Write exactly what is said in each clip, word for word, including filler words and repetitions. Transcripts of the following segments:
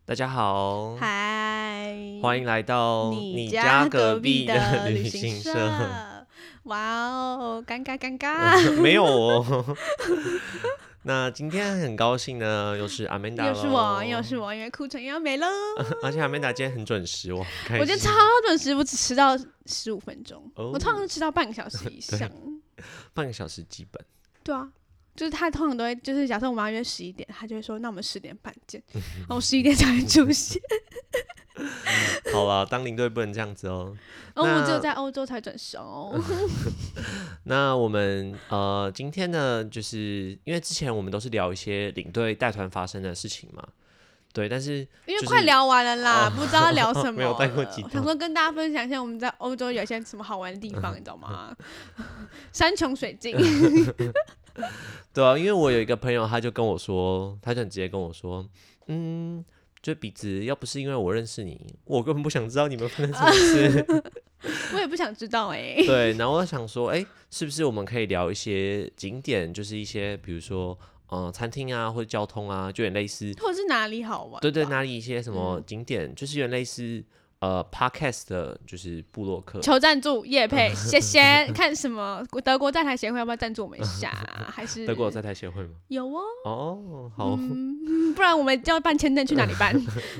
大家好， 嗨， 欢迎来到你家隔壁的旅行行社。 哇哦，尴尬尴尬， 没有哦。那今天很高兴呢，又是 Amanda 又是我，又咯是我，因为库存又要没了。 而且 Amanda 今天很准时，我很开心。 我今天超准时，我只迟到十五分钟， 哦我通常都迟到半个小时以上。 半个小时基本。 对啊，就是他通常都会，就是假设我们要约十一点，他就会说，那我们十点半见，然后十一点才会出现。 好啦，当领队不能这样子哦。 然后我们只有在欧洲才准时哦。 那我们呃今天呢，就是因为之前我们都是聊一些领队带团发生的事情嘛，对，但是、就是、 因为快聊完了啦， 哦、 不知道聊什么了。 没有带过几想说跟大家分享一下我们在欧洲有些什么好玩的地方，你知道吗？山穷水尽。 对啊，因为我有一个朋友，他就跟我说，他就很直接跟我说，嗯，就鼻子，要不是因为我认识你，我根本不想知道你们发生什么事。 我也不想知道哎、欸。 对，然后我想说，哎、欸，是不是我们可以聊一些景点，就是一些比如说，呃，餐厅啊，或者交通啊，就有点类似， 或者是哪里好玩？ 对对，哪里一些什么景点， 嗯、 就是有点类似。呃 ，podcast 的就是部落客求赞助业配，谢谢。看什么德国在台协会要不要赞助我们一下？还是德国在台协会吗？ 有哦。 哦，好、 嗯，不然我们就要办签证，去哪里办？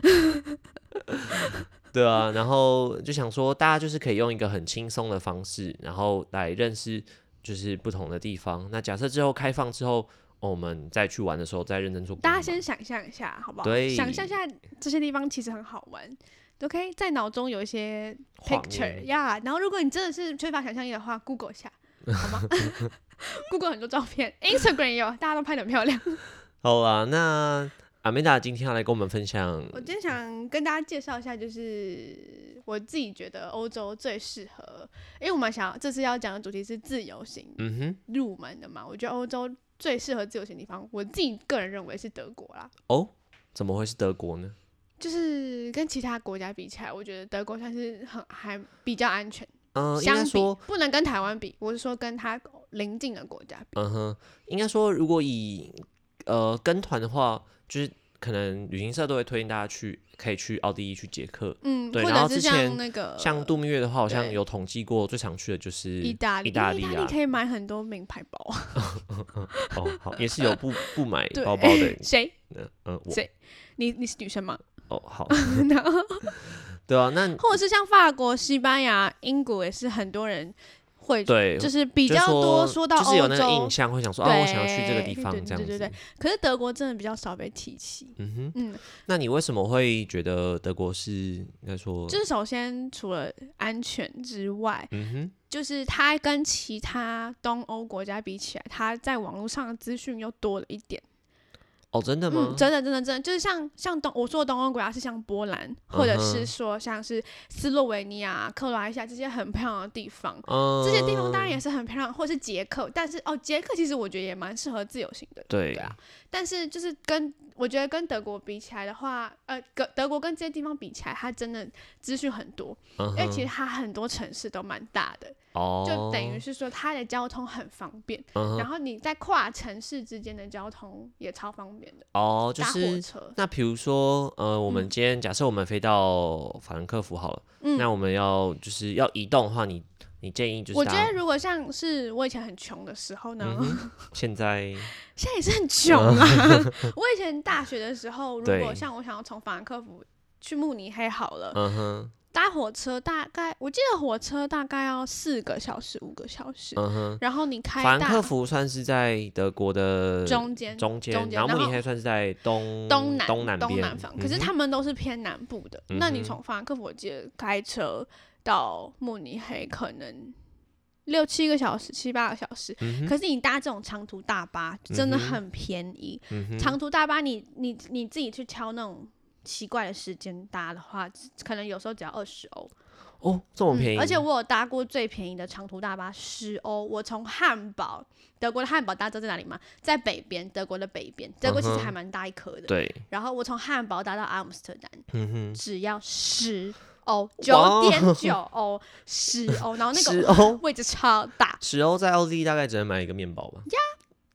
对啊，然后就想说，大家就是可以用一个很轻松的方式，然后来认识就是不同的地方。那假设之后开放之后，哦、我们再去玩的时候再认真做。 大家先想象一下，好不好？ 对， 想象一下这些地方其实很好玩。OK， 在脑中有一些 picture 呀、yeah, 然后如果你真的是缺乏想象力的话 ，Google 一下，好吗？Google 很多照片 ，Instagram 也有，大家都拍得很漂亮。 好啦，那 Amanda 今天要来跟我们分享。 我今天想跟大家介绍一下，就是我自己觉得欧洲最适合，因为我们想这次要讲的主题是自由行， 嗯哼， 入门的嘛。我觉得欧洲最适合自由行的地方，我自己个人认为是德国啦。 哦，怎么会是德国呢？ 就是跟其他国家比起来，我觉得德国算是很还比较安全。 嗯、呃， 相比应该说不能跟台湾比，我是说跟它邻近的国家比。 嗯哼，应该说如果以呃跟团的话，就是可能旅行社都会推荐大家去，可以去奥地利、去捷克。 嗯， 对， 或者是像那个像度蜜月的话，好像有统计过，最常去的就是意大利。 意大利啊， 意大利可以买很多名牌包。 哦，好，也是有不不买包包的人。 谁？ 嗯嗯，我。 谁？你你是女生吗？ 哦，好。对啊，那或者是像法国、西班牙、英国也是很多人会， 对， 就是比较多说到欧洲， 就是有那个印象会想说啊，我想要去这个地方这样子。 对对对对。可是德国真的比较少被提起。 嗯哼，嗯，那你为什么会觉得德国是应该说？ 就是首先除了安全之外， 嗯哼， 就是它跟其他东欧国家比起来，它在网络上的资讯又多了一点。 哦，真的吗？ 嗯、真的真的真的，就是像像东我说的东欧国家是像波兰，或者是说像是斯洛维尼亚、克罗埃西亚这些很漂亮的地方， 嗯、 这些地方当然也是很漂亮，或是捷克，但是哦，捷克其实我觉得也蛮适合自由行的， 对对啊。但是就是跟我觉得跟德国比起来的话，呃，跟德国跟这些地方比起来，它真的资讯很多， 嗯、 因为其实它很多城市都蛮大的。 哦， 就等于是说它的交通很方便、嗯，然后你在跨城市之间的交通也超方便的。 哦，就是搭火车。 那比如说，呃，我们今天、嗯、假设我们飞到法兰克福好了、嗯，那我们要就是要移动的话，你你建议就是我觉得如果像是我以前很穷的时候呢， 嗯、现在现在也是很穷啊。我以前大学的时候，如果像我想要从法兰克福去慕尼黑好了， 嗯哼。 搭火车大概，我记得火车大概要四个小时、五个小时。 嗯哼。 然后你开法兰克福算是在德国的中间， 中间，然后慕尼黑算是在东东南东南东南方、嗯，可是他们都是偏南部的。嗯、那你从法兰克福，我记得开车到慕尼黑可能六七个小时、七八个小时。嗯、可是你搭这种长途大巴真的很便宜。嗯、长途大巴你，你你你自己去挑那种奇怪的时间搭的话，可能有时候只要二十欧。 哦，这么便宜、 嗯！而且我有搭过最便宜的长途大巴，十欧。我从汉堡，德国的汉堡，大家知道在哪里吗？在北边，德国的北边。德国其实还蛮大一颗的。 对、嗯。 然后我从汉堡搭到阿姆斯特丹， 嗯、 只要十欧，九点九欧，十欧。然后那个位置超大。 十欧在奥地利大概只能买一个面包吧？ 呀、yeah,，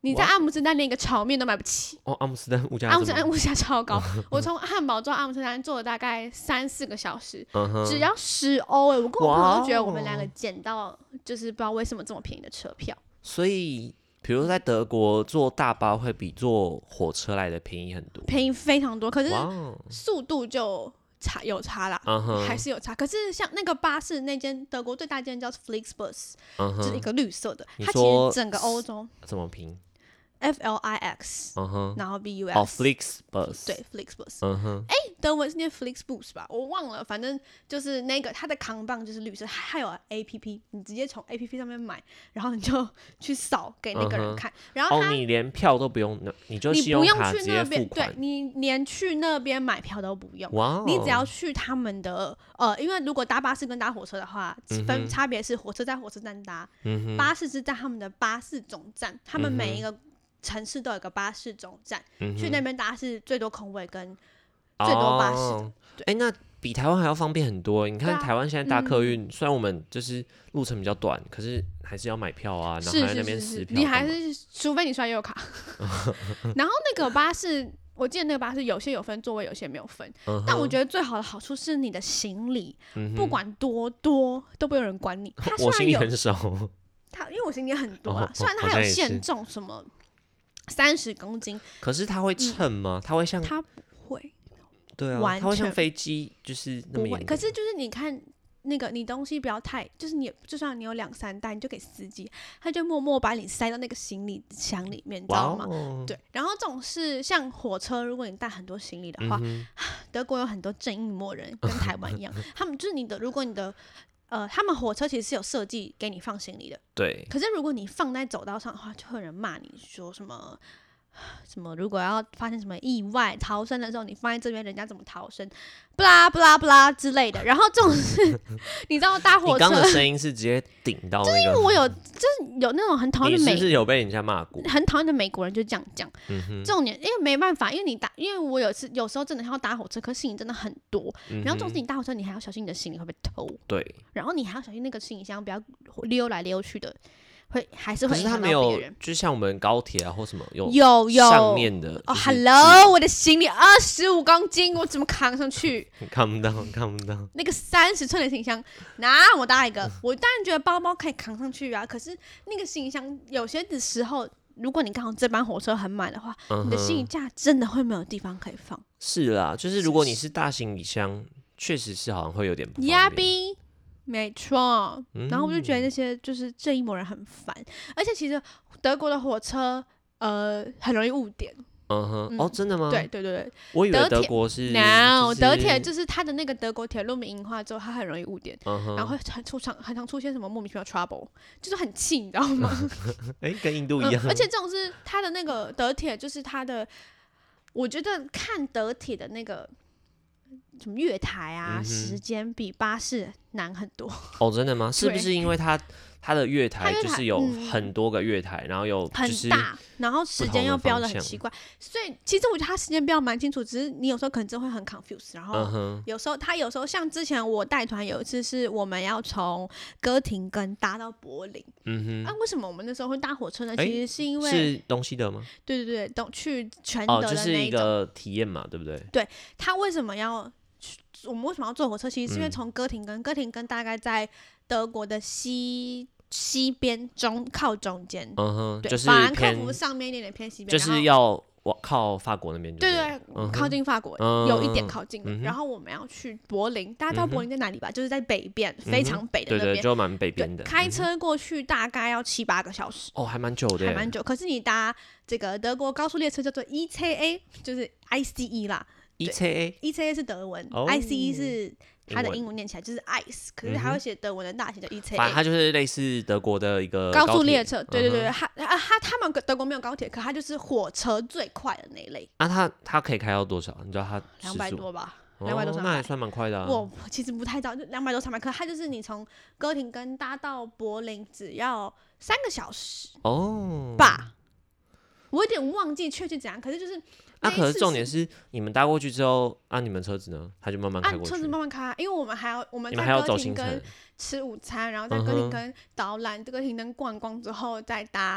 你在阿姆斯特丹连个炒面都买不起。 哦，阿姆斯特丹物价， 阿姆斯特丹物价超高。我从汉堡坐阿姆斯特丹坐了大概三四个小时，嗯、只要十欧哎！我跟我朋友都觉得我们两个捡到就是不知道为什么这么便宜的车票。 所以，比如在德国坐大巴会比坐火车来的便宜很多， 便宜非常多。可是速度就差有差啦， uh-huh. 还是有差。可是像那个巴士，那间德国最大间叫 Flixbus，、uh-huh. 就是一个绿色的，它其实整个欧洲怎么拼 ？F L I X，、uh-huh. 然后 B U S。 哦 ，Flixbus。 对 ，Flixbus。 嗯哼。 哎，德文是念 Flixbus 吧？我忘了，反正就是那个它的扛棒就是绿色，还有 A P P， 你直接从 A P P 上面买，然后你就去扫给那个人看。Uh-huh. 然后哦，你连票都不用，你就信用卡直接付款。 对，你连去那边买票都不用。哇、wow ！你只要去他们的呃，因为如果搭巴士跟搭火车的话，分、嗯、差别是火车在火车站搭，嗯、巴士是在他们的巴士总站，他们每一个城市都有个巴士总站，嗯、去那边搭是最多空位跟最多巴士的。 哎、哦，那比台湾还要方便很多。你看台湾现在搭客运、嗯，虽然我们就是路程比较短，可是还是要买票啊，然后还在那边撕票。 你还是除非你刷悠游卡。然后那个巴士，我记得那个巴士有些有分座位，有些没有分。嗯、但我觉得最好的好处是你的行李，嗯、不管多多都不会有人管你。它虽然有我行李很少， 它因为我行李很多啦，哦、虽然它还有限重什么。三十公斤， 可是它会称吗？它、嗯、会像它不会， 对啊，它会像飞机就是那么严。 可是就是你看那个，你东西不要太，就是你就算你有两三袋，你就给司机，他就默默把你塞到那个行李箱里面，你知道吗？对。然后这种是像火车，如果你带很多行李的话，嗯、德国有很多正义魔人，跟台湾一样，他们就是你的，如果你的。呃，他们火车其实是有设计给你放行李的， 对。 可是如果你放在走道上的话，就会有人骂你说什么什么，如果要发生什么意外逃生的时候，你放在这边，人家怎么逃生？不啦不啦不啦之类的。然后这种是，你知道搭火车， 你刚的声音是直接顶到那个， 就是因为我有，就是有那种很讨厌的美， 你是不是有被人家骂过？ 很讨厌的美国人就这样讲。嗯、这种年，因为没办法，因为你搭，因为我有次有时候真的要搭火车，可是行李真的很多。嗯、然后这种事情搭火车，你还要小心你的行李会被偷。 对。 然后你还要小心那个行李箱不要溜来溜去的。会还是会影响到别人。可是他没有，就像我们高铁啊或什么有有有上面的哦 ，Hello， 我的行李二十五公斤，我怎么扛上去？ 看不到，看不到。 那个三十寸的行李箱，那么大一个，我当然觉得包包可以扛上去啊。可是那个行李箱有些的时候，如果你刚好这班火车很满的话，嗯、你的行李架真的会没有地方可以放。 是啦，就是如果你是大行李箱，确实是好像会有点不方便。 亚比没错，然后我就觉得那些就是正义魔人很烦，而且其实德国的火车呃很容易误点。 嗯哼，嗯哦，真的吗？ 对对对， 我以为德国是 ，no， 就是、 德铁就是它的那个德国铁路民营化之后，它很容易误点，嗯、然后会很出场，很常出现什么莫名其妙 trouble， 就是很气，你知道吗？ 哎、欸，跟印度一样、 嗯。而且这种是它的那个德铁，就是它的，我觉得看德铁的那个。什么月台啊，嗯、时间比巴士难很多。 哦，真的吗？是不是因为它它的月台就是有很多个月台，嗯、然后有就是很大，然后时间又标得很奇怪，所以其实我觉得它时间标蛮清楚，只是你有时候可能真的会很 confused。然后有时候它有时候像之前我带团有一次是我们要从哥廷根搭到柏林，嗯哼，啊，为什么我们那时候会搭火车呢？其实是因为是东西德吗？ 对对对，东去全德的那一种， 哦，就是一个体验嘛，对不对？ 对，它为什么要？我们为什么要坐火车？其实是因为从哥廷根，嗯、哥廷根大概在德国的西西边中靠中间，嗯哼，对， 就是法兰克福上面一点点偏西边， 就是要靠法国那边， 对 对, 對、嗯，靠近法国，嗯、有一点靠近、嗯。然后我们要去柏林，大家知道柏林在哪里吧？嗯、就是在北边、嗯，非常北的那边， 对对，就蛮北边的。 开车过去大概要七八个小时， 哦，还蛮久的， 还蛮久。可是你搭这个德国高速列车叫做 E C A， 就是 I C E 啦。 E C A，E C A 是德文、oh, ，I C E 是它的英文念起来就是 ice， 可是它会写德文的大写叫 E C A， 反正它就是类似德国的一个高速列车，对对对，它它它他们德国没有高铁，可它就是火车最快的那一类。 啊，它它可以开到多少？你知道它两百多吧？ 两百多三百， 那也算蛮快的、啊。 我其实不太知道，就两百多三百，可它就是你从哥廷根搭到柏林只要三个小时哦吧。我有点忘记确切怎样，可是就是。 那、啊、可是重点是，你们搭过去之后，啊，你们车子呢？它就慢慢开过去。 啊，车子慢慢开，因为我们还要我们在哥廷根吃午餐，然后在哥廷根导览，哥廷根逛光之后再搭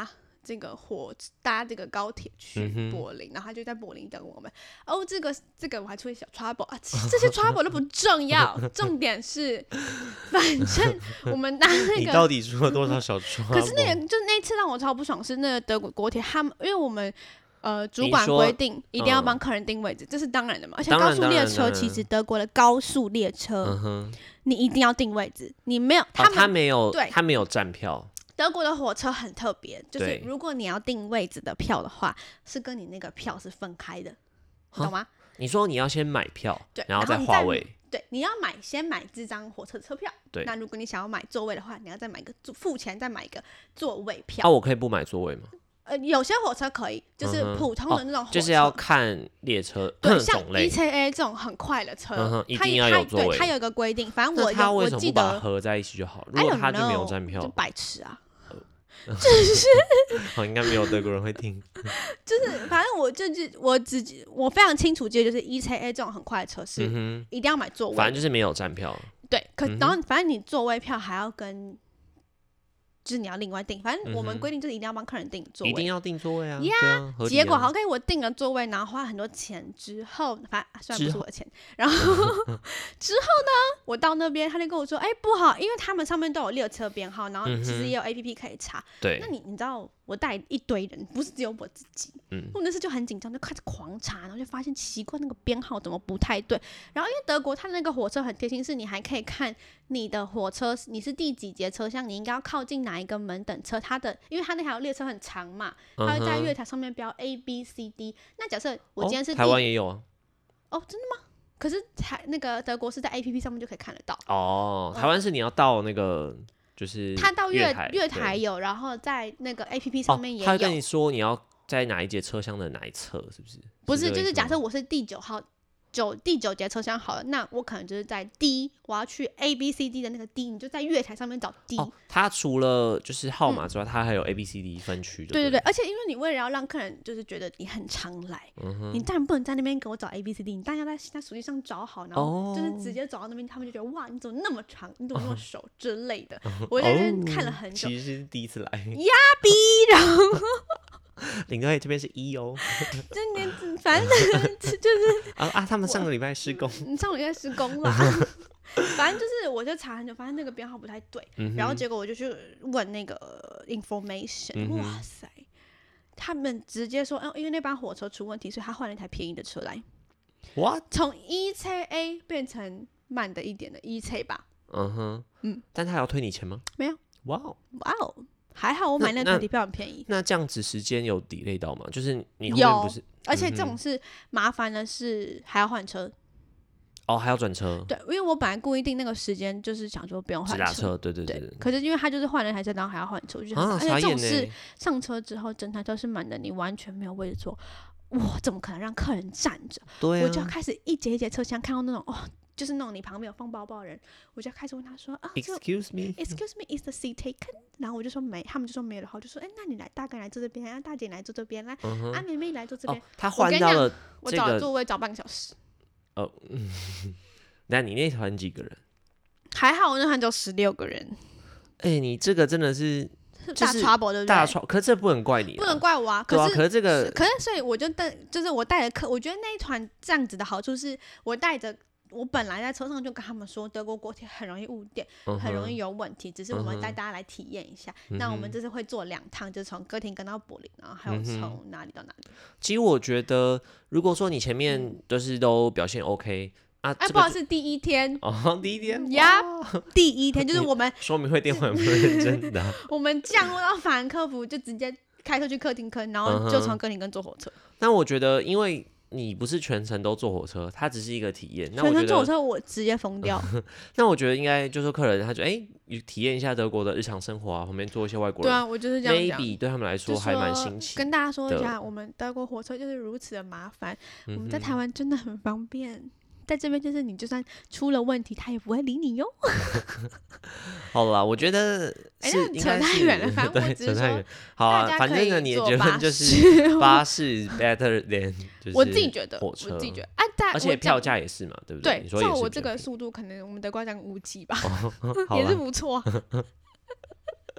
这个火搭这个高铁去柏林，嗯、然后他就在柏林等我们。哦，这个这个我还出现小 trouble 啊，这些 trouble 都不重要，重点是，反正我们搭那个， 你到底出了多少小 trouble？ 可是那个就是那次让我超不爽，是那个德国国铁，他们因为我们。呃，主管规定一定要帮客人定位置，嗯、这是当然的嘛。而且高速列车其实德国的高速列车，嗯、你一定要定位置，你没有，他们、 哦、他没有， 对， 他没有站票。 德国的火车很特别，就是如果你要定位置的票的话，是跟你那个票是分开的，懂吗？ 你说你要先买票， 对， 然后再划位。 对，你要买先买这张火车车票。对，那如果你想要买座位的话，你要再买一个付钱再买一个座位票。 啊，我可以不买座位吗？ 呃，有些火车可以，就是普通的那种火车， 嗯哦、就是要看列车对，像种类 E C A 这种很快的车， 嗯、一定要有座位。 它有一个规定，反正我他为什么不把它合在一起就好了？如果他就没有站票， 就白痴啊！ 就是哦，应该没有德国人会听。 就是反正我就是我自己，我非常清楚记得，就是 E C A 这种很快的车是一定要买座位， 反正就是没有站票。 对，可然后反正你座位票还要跟。就是你要另外订，反正我们规定就是一定要帮客人订座位， 一定要订座位啊。 呀、 yeah, 啊， 结果好，OK，我订了座位，然后花很多钱之后，反正虽然不是我的钱，然后之后呢，我到那边他就跟我说，哎、欸，不好，因为他们上面都有列车编号，然后其实也有 A P P 可以查。对、嗯，那你你知道我带一堆人，不是只有我自己，嗯，我那次就很紧张，就开始狂查，然后就发现奇怪那个编号怎么不太对。然后因为德国它那个火车很贴心，是你还可以看你的火车你是第几节车厢，你应该要靠近哪一个门等车，它的因为它那条列车很长嘛，它会在月台上面标 A B C D。那假设我今天是、哦、 台湾也有啊？ 哦，真的吗？可是台那个德国是在 A P P 上面就可以看得到。 哦，台湾是你要到那个。就是他到月台月台有，然后在那个 A P P 上面也有。 哦、他会跟你说你要在哪一节车厢的哪一侧，是不是？ 不是，是就是假设我是第九号九第九节车厢好了，那我可能就是在 D， 我要去 A B C D 的那个 D， 你就在月台上面找 D。 哦，它除了就是号码之外，它、嗯、还有 A B C D 分区。 对对对，而且因为你为了要让客人就是觉得你很常来，嗯、你当然不能在那边给我找 A B C D， 你当然要在在手机上找好，然后就是直接找到那边，他们就觉得哇，你怎么那么长，你怎么那么熟、哦、之类的。我在那边看了很久， 其实是第一次来。 呀逼，然后。 林哥，这边是一哦， 今年反正就是啊啊，他们上个礼拜施工， 你上个礼拜施工了，反正就是我就查很久，发现那个编号不太对，嗯、然后结果我就去问那个 information，、嗯、哇塞，他们直接说，嗯，因为那班火车出问题，所以他换了一台便宜的车来， 哇， 从 E C A 变成慢的一点的 E C 吧， 嗯哼，嗯，但他还要退你钱吗？ 没有， 哇哦， 哇哦。还好我买那个特体票很便宜。 那, 那这样子时间有 delay 到吗？就是你后面不是， 而且这种是麻烦的是还要换车。 哦，还要转车。 对，因为我本来故意定那个时间，就是想说不用换车。 直达车，对对 对, 对。 可是因为他就是换了一台车，然后还要换车，我就觉得、啊，而且这种是上车之后整台车是满的，你完全没有位置坐，哇，怎么可能让客人站着？对、啊，我就要开始一节一节车厢看到那种哦。就是那种你旁边有放包包的人，我就开始问他说啊 ，Excuse me, Excuse me, is the seat taken？ 然后我就说没，他们就说没有的话，我就说哎、欸，那你来大概来坐这边，啊大姐来坐这边，来、嗯、啊妹妹来坐这边。哦， 他换到了、这个、 我找了座位找半个小时。 哦，嗯，那你那团几个人？ 还好，我那团只有十六个人。 哎、欸，你这个真的是。 大 trouble 对不对？ 大 trouble， 可是这不能怪你， 不能怪我啊。 可是， 啊、 可是这个， 可是所以我就带，就是我带的客，我觉得那一团这样子的好处是，我带着。我本来在车上就跟他们说，德国国铁很容易误点，嗯、很容易有问题，只是我们带大家来体验一下。嗯、那我们这次会做两趟，就是从哥廷根到柏林，然后还有从哪里到哪里。 其实我觉得，如果说你前面都是都表现 OK、嗯、啊， 哎、啊，不好意思，第一天哦，第一天呀，第一天就是我们说明会电话很不认真的、啊。 我们降落到法兰克福就直接开车去哥廷根，然后就从哥廷根坐火车。 那、嗯、我觉得，因为你不是全程都坐火车，它只是一个体验。全程坐火车我直接疯掉。 那我觉得应该就是说客人他就哎、欸、体验一下德国的日常生活啊，旁边坐一些外国人。 对啊，我就是这样讲。 maybe 对他们来说还蛮新奇。 跟大家说一下，我们德国火车就是如此的麻烦，嗯、我们在台湾真的很方便。在这边就是你就算出了问题，他也不会理你哟。 好啦，我觉得哎、欸，那扯太远了，反正我只是说， 好啊，反正呢，你的结论就是巴士 better than 就是我自己觉得， 火车， 我自己觉得啊， 而且票价也是嘛，对不对？ 对，照我这个速度，可能我们德国讲五级吧， 哦、 也是不错。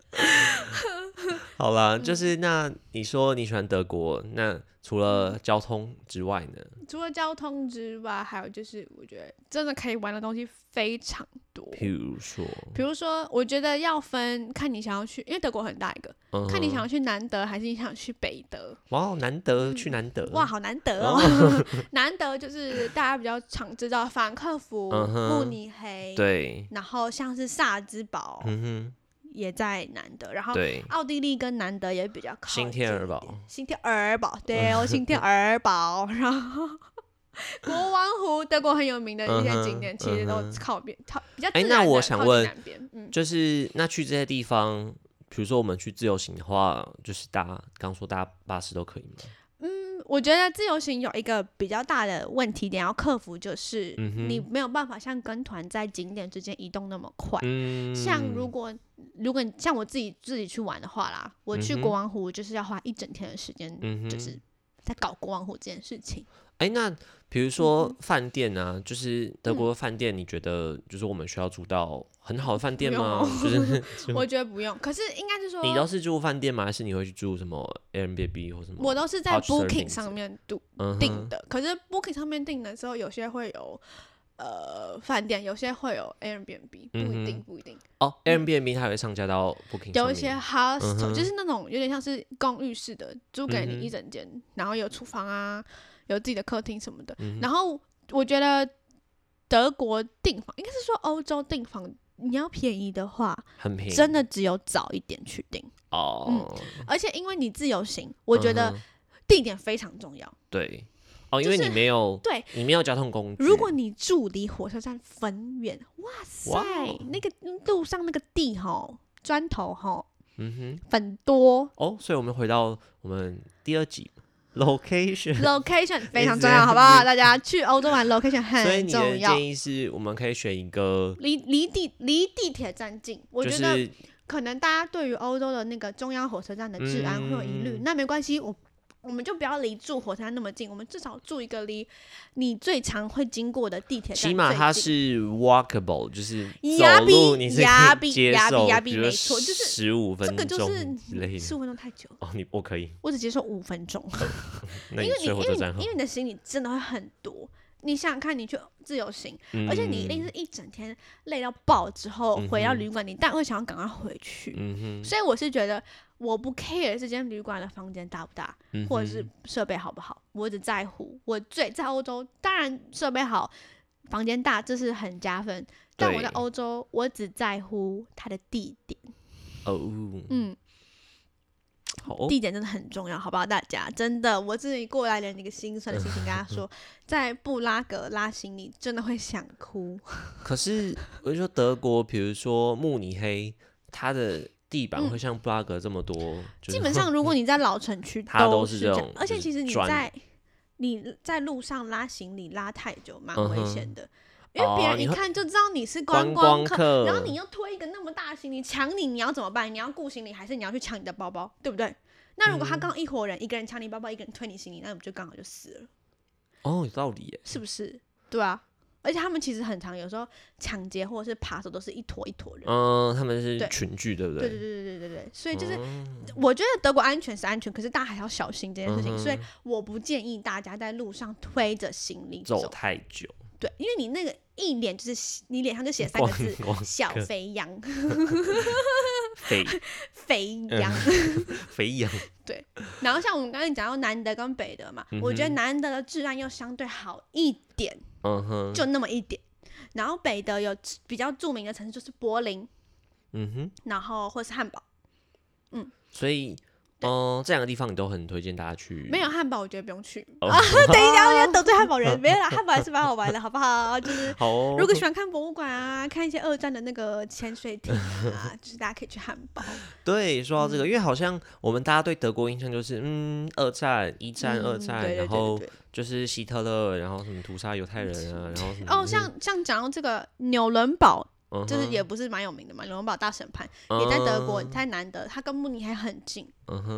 好啦，就是那你说你喜欢德国，那除了交通之外呢？ 除了交通之外，还有就是我觉得真的可以玩的东西非常多。 譬如说， 比如说，我觉得要分看你想要去，因为德国很大一个， 嗯、 看你想要去南德还是你想去北德。 哇，难得去南德， 哇，好难得哦！难得就是大家比较常知道法兰克福、 嗯、 慕尼黑， 对， 然后像是萨尔兹堡。 嗯哼。 也在南德，然后对奥地利跟南德也比较靠近。 新天鹅堡， 新天鹅堡，对哦，新天鹅堡，然后国王湖，德国很有名的一些景点，其实都靠边，靠比较自然的。 哎，那我想问， 南边，嗯， 就是那去这些地方，比如说我们去自由行的话，就是搭刚说搭巴士都可以吗？ 我觉得自由行有一个比较大的问题点要克服，就是你没有办法像跟团在景点之间移动那么快。 嗯、 像如果如果像我自己自己去玩的话啦，我去国王湖就是要花一整天的时间， 嗯、 就是在搞国王湖这件事情。 哎、欸，那比如说饭店啊，嗯、就是德国的饭店，你觉得就是我们需要住到很好的饭店吗？ 哦、 就是我觉得不用。可是应该是说， 你都是住饭店吗？还是你会去住什么 Airbnb 或什么？ 我都是在 Booking 上面订、嗯、的。可是 Booking 上面订的时候，有些会有呃饭店，有些会有 Airbnb， 不一定，嗯、不一定。 哦 ，Airbnb 它会上架到 Booking 上面。 有一些 hostel、嗯、就是那种有点像是公寓式的，租给你一整间，嗯、然后有厨房啊。有自己的客厅什么的，嗯、然后我觉得德国订房，应该是说欧洲订房，你要便宜的话， 很便宜， 真的只有早一点去订哦、 嗯。而且因为你自由行，我觉得地点非常重要。嗯、 对，哦，因为你没有、 就是、对， 你没有交通工具。 如果你住离火车站很远，哇塞，哇那个路上那个地吼，砖头吼，嗯哼，很多哦。所以我们回到我们第二集。Location location 非常重要，好不好？大家去欧洲玩 location 很重要。所以你的建议是我们可以选一个离离地离地铁站近。我觉得可能大家对于欧洲的那个中央火车站的治安会有疑虑，嗯、那没关系，我我们就不要离住火车站那么近，我们至少住一个离你最常会经过的地铁站最近， 起码它是 walkable， 就是走路你是可以接受，比如说十五分钟， 这个就是十五分钟太久哦，你我可以， 我只接受五分钟， 那你因为你因为因为你的行李真的会很多。你想想看，你去自由行，嗯、而且你一定是一整天累到爆之后、嗯、回到旅馆，你当然会想要赶快回去。嗯、所以我是觉得，我不 care 这间旅馆的房间大不大，嗯、或者是设备好不好，我只在乎我最在欧洲，当然设备好、房间大，这是很加分。但我在欧洲，我只在乎它的地点。 哦，嗯。 地点真的很重要，好不好？大家真的，我自己过来人一个心酸的心情跟他说，在布拉格拉行李真的会想哭。 可是我就说德国，比如说慕尼黑，它的地板会像布拉格这么多，嗯就是、 基本上如果你在老城区都是这样，而且其实你在你在路上拉行李拉太久，蛮危险的。嗯因为别人一看就知道你是观光客， 哦、 然后你又推一个那么大的行李抢你，你要怎么办？你要顾行李，还是你要去抢你的包包，对不对？那如果他刚好一伙人，嗯、一个人抢你包包，一个人推你行李，那我们就刚好就死了。 哦，有道理耶， 是不是？对啊，而且他们其实很常，有时候抢劫或者是扒手都是一坨一坨人。 嗯，他们是群聚，对不对？ 对对对对对对，所以就是、嗯、我觉得德国安全是安全，可是大家还是要小心这件事情。嗯、所以我不建议大家在路上推着行李走, 走太久。 对，因为你那个一脸就是你脸上就写三个字“小肥羊”， 肥肥羊， 肥羊。 对，然后像我们刚才讲到南德跟北德嘛，嗯、我觉得南德的治安又相对好一点，嗯哼，就那么一点。然后北德有比较著名的城市就是柏林，嗯哼，然后或是汉堡，嗯， 所以。哦、嗯，这两个地方你都很推荐大家去。 没有汉堡，我觉得不用去。哦、啊，等一下，我觉得得罪汉堡人。没有啦，汉堡还是蛮好玩的，好不好？就是， 好哦、 如果喜欢看博物馆啊，看一些二战的那个潜水艇啊，就是大家可以去汉堡。 对，说到这个，嗯、因为好像我们大家对德国印象就是，嗯，二战、一战、嗯、二战， 对对对对对， 然后就是希特勒，然后什么屠杀犹太人啊，然后什么。 哦，像像讲到这个纽伦堡。Uh-huh. 就是也不是蛮有名的嘛，纽伦堡大审判、uh-huh. 也在德国，在南德，它跟慕尼黑很近。Uh-huh.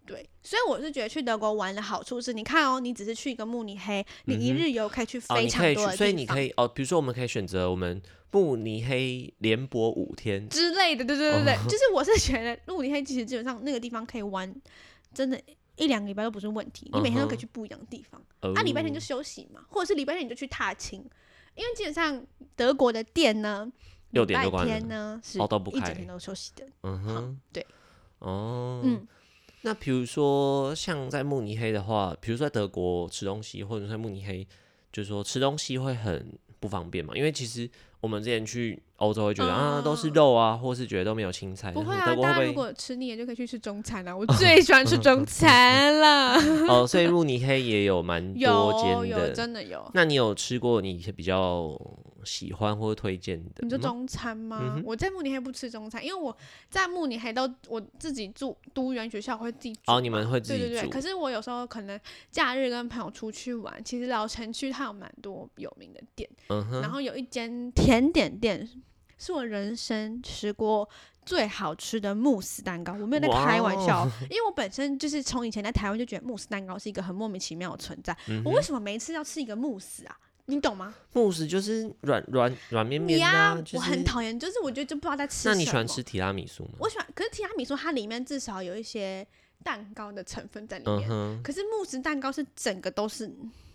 对，所以我是觉得去德国玩的好处是，你看哦，你只是去一个慕尼黑，你一日游可以去非常多的地方， 哦、你可以去所以你可以哦，比如说我们可以选择我们慕尼黑连博五天之类的，对对对对， 哦、 就是我是觉得慕尼黑其实基本上那个地方可以玩，真的。一两个礼拜都不是问题，你每天都可以去不一样的地方。嗯、啊，礼拜天就休息嘛，或者是礼拜天你就去踏青，因为基本上德国的店呢， 六点就关了， 礼拜天呢是一整天都休息的。 嗯哼， 对， 哦，嗯，那比如说像在慕尼黑的话，比如说在德国吃东西，或者在慕尼黑，就是说吃东西会很不方便嘛，因为其实我们之前去欧洲会觉得、嗯、啊都是肉啊，或是觉得都没有青菜。 不会啊， 德国会不会大家如果吃腻了就可以去吃中餐啊，我最喜欢吃中餐了。 哦，所以慕尼黑也有蛮多间的， 有有真的有。 那你有吃过你比较喜欢或推荐的？ 你说中餐吗？嗯、我在慕尼黑不吃中餐，因为我在慕尼黑都我自己住读语言学校，我会自己煮。 哦，你们会自己煮？ 对对对。可是我有时候可能假日跟朋友出去玩，其实老城区它有蛮多有名的店，嗯、然后有一间甜点店是我人生吃过最好吃的慕斯蛋糕，我没有在开玩笑，因为我本身就是从以前在台湾就觉得慕斯蛋糕是一个很莫名其妙的存在，嗯、我为什么每一次要吃一个慕斯啊？你懂吗？ 慕斯就是软软软绵绵的、啊呀、就是，我很讨厌，就是我觉得就不知道在吃什么。 那你喜欢吃提拉米苏吗？ 我喜欢，可是提拉米苏它里面至少有一些蛋糕的成分在里面，嗯、可是慕斯蛋糕是整个都是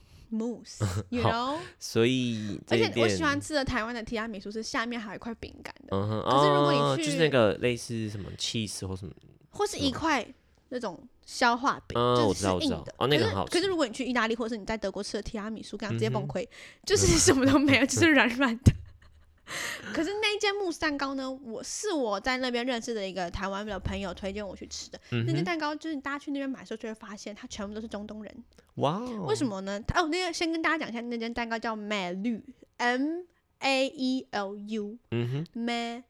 mousse，you know？ 所以而且我喜欢吃的台湾的提拉米苏是下面还有一块饼干的， 嗯、 可是如果你去、 哦、就是那个类似什么 cheese 或什么， 或是一块那种消化饼， 嗯、 就是硬的， 哦，那个很好吃。 可是如果你去意大利或是你在德国吃的提拉米苏，这样直接崩溃，嗯、就是什么都没有，就是软软的。可是那一间慕斯蛋糕呢，我是我在那边认识的一个台湾的朋友推荐我去吃的。嗯、那间蛋糕就是大家去那边买的时候就会发现，它全部都是中东人。 哇哦！ 为什么呢？哦，那个先跟大家讲一下，那间蛋糕叫 Malu，M A E L U， 嗯哼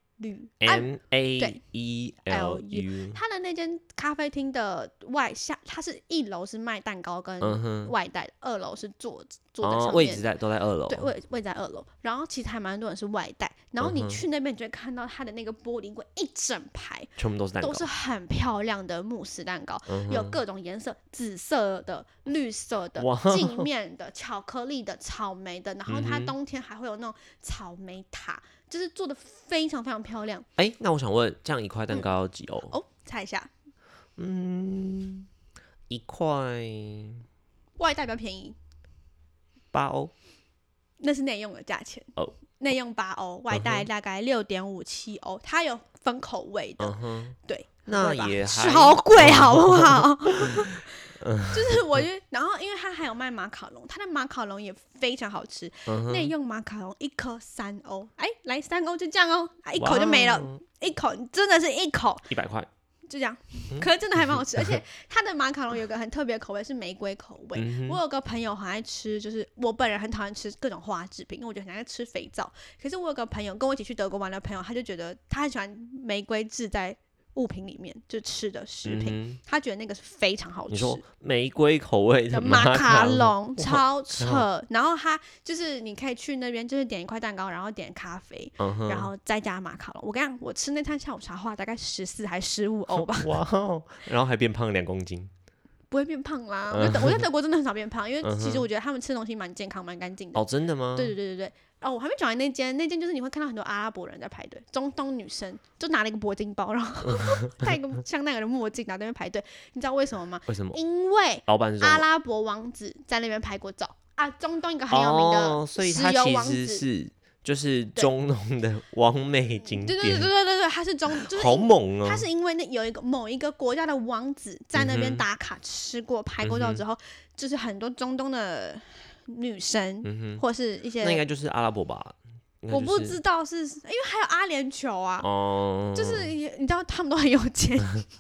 ，Malu，M A E L U， 它的那间咖啡厅的外下，它是一楼是卖蛋糕跟外带的，嗯、二楼是坐坐在上面、哦， 位置在都在二楼， 对，位位在二楼。然后其实还蛮多人是外带，然后你去那边你就会看到它的那个玻璃柜一整排， 全部都是蛋糕， 都是很漂亮的慕斯蛋糕，嗯、有各种颜色，紫色的、绿色的、镜面的、巧克力的、草莓的，然后它冬天还会有那种草莓塔。就是做的非常非常漂亮。 哎、欸，那我想问，这样一块蛋糕要几欧、 嗯？哦，猜一下。 嗯，一块外带比较便宜， 八欧。 那是内用的价钱哦，內用八欧，外带大概六点五七欧，它有分口味的，嗯、对， 那也还超贵，好不好？就是我觉得，然后因为它还有卖马卡龙，它的马卡龙也非常好吃。内、嗯、用马卡龙一颗三欧，哎，来三欧就这样哦，啊，一口就没了，一口真的是一口一百块， 就这样。可是真的还蛮好吃，而且它的马卡龙有个很特别的口味是玫瑰口味。嗯、我有个朋友很爱吃，就是我本人很讨厌吃各种化制品，因为我觉得很爱吃肥皂。可是我有个朋友跟我一起去德国玩的朋友，他就觉得他很喜欢玫瑰制在物品里面就吃的食品、嗯，他觉得那个是非常好吃。 你说玫瑰口味的马卡龙超扯，然后他就是你可以去那边，就是点一块蛋糕，然后点咖啡，嗯、然后再加马卡龙。我跟你讲，我吃那餐下午茶花大概十四还十五欧吧。 哇，然后还变胖两公斤。 不会变胖啦，我在我在德国真的很少变胖，因为其实我觉得他们吃的东西蛮健康、蛮干净的。 哦，真的吗？ 对对对对对。哦，我还没讲完那间，那间就是你会看到很多阿拉伯人在排队，中东女生就拿了一个铂金包，然后戴一个香奈儿的墨镜，然后在那边排队。你知道为什么吗？ 为什么？ 因为老板是阿拉伯王子在那边拍过照啊，中东一个很有名的石油王子。哦，所以他其实是就是中东的完美景点。 对对对对对对，他是中，就是好猛哦！ 他是因为那有一个某一个国家的王子在那边打卡吃过、拍过照之后，嗯、就是很多中东的女生、嗯、或是一些， 那应该就是阿拉伯吧。就是、 我不知道是，因为还有阿联酋啊，哦、就是你知道他们都很有钱，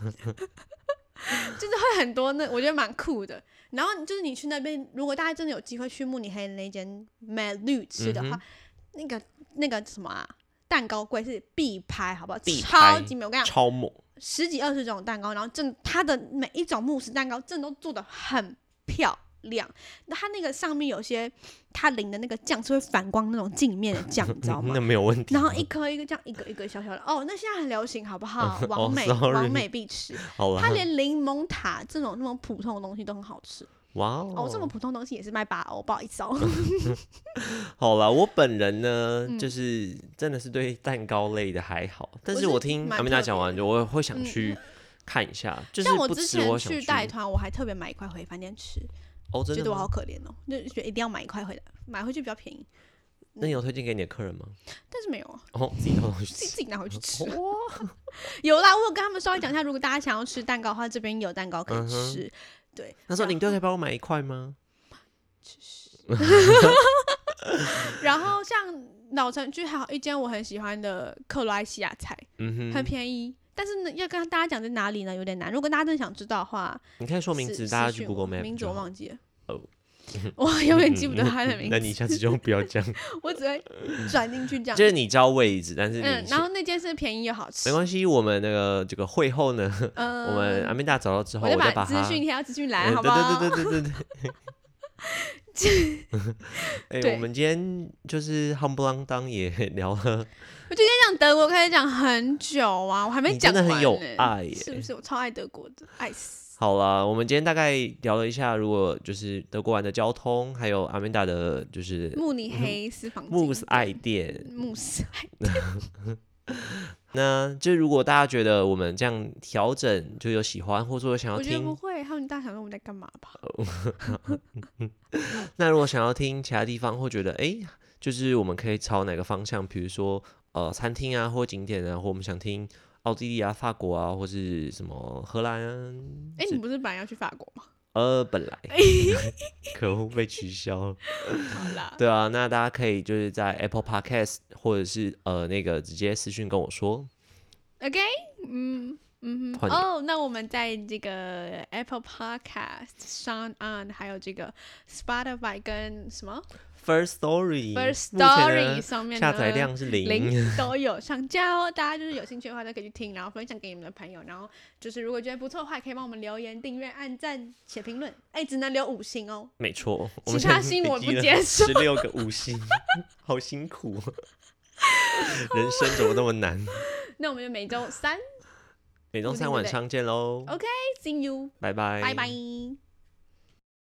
就是会很多那我觉得蛮酷的。然后就是你去那边，如果大家真的有机会去慕尼黑的那间 Malu 吃的话，嗯、那个那个什么啊，蛋糕柜是必拍，好不好？超级美，我跟你讲， 超猛， 十几二十种蛋糕，然后真它的每一种慕斯蛋糕真的都做的很漂亮。那它那个上面有些它淋的那个酱是会反光那种镜面的酱，你知道吗？ 那没有问题。 然后一颗一个这样，一个一个小小的，哦，那现在很流行，好不好？王美， 哦、 王美必吃。它连柠檬塔这种那种普通的东西都很好吃。 哇哦， 哦，这么普通的东西也是卖八欧，不好意思哦。 好啦，我本人呢，嗯、就是真的是对蛋糕类的还好，但是我听阿米娜讲完，我会想去看一下。嗯、就是像我之前去带团，我还特别买一块回饭店吃。 哦，真的吗？ 觉得我好可怜哦，就觉得一定要买一块回来，买回去比较便宜。 那你有推荐给你的客人吗？ 但是没有啊。 哦，自己拿回去吃， 自己拿回去吃。有啦，我有跟他们稍微讲一下，如果大家想要吃蛋糕的话，这边有蛋糕可以吃。嗯、对。 他说：“领队可以帮我买一块吗？” 然后像老城区还有一间我很喜欢的克罗埃西亚菜，嗯、很便宜。但是呢，要跟大家讲在哪里呢，有点难。如果大家真的想知道的话， 你可以说名字，大家去 Google Map。 名字我忘记了。 哦。 我永远记不得他的名字。 那你下次就不要这样。 我只会转进去这样。 就是你知道位置，但是你嗯，然后那件是便宜又好吃。 没关系，我们那个这个会后呢，嗯、我们阿米达找到之后，我再把资讯贴到资讯栏， 嗯、 好不好？ 对对对对对对。哎、欸，我们今天就是夯不啷当也聊了。 我今天讲德国可以讲很久啊，我还没讲完、欸。 真的很有爱耶， 是不是？我超爱德国的，爱死。 好啦，我们今天大概聊了一下，如果就是德国玩的交通，还有阿曼达的，就是慕尼黑私房慕斯爱店， 慕斯爱店。 那就如果大家觉得我们这样调整就有喜欢，或者说想要听， 我觉得不会，他们大家想说我们在干嘛吧？ 那如果想要听其他地方，或觉得哎、欸，就是我们可以朝哪个方向，比如说呃餐厅啊，或景点啊，或我们想听奥地利啊、法国啊，或是什么荷兰啊。 哎、欸，你不是本来要去法国吗？ 呃，本来，可恶被取消了。 好啦， 对啊，那大家可以就是在 Apple Podcast 或者是呃那个直接私讯跟我说。 OK， 嗯嗯哼，哦， oh, 那我们在这个 Apple Podcast、Sound On 还有这个 Spotify 跟什么？ First Story，First Story 上面下载量是零， 零都有上架哦。大家就是有兴趣的话，都可以去听，然后分享给你们的朋友。然后就是如果觉得不错的话，可以帮我们留言、订阅、按赞、写评论。哎，只能留五星哦。 没错， 其他星我不接受。 十六个五星，好辛苦，人生怎么那么难？ 那我们就每周三， 每周三晚上见喽。 OK，see you， 拜拜， 拜拜。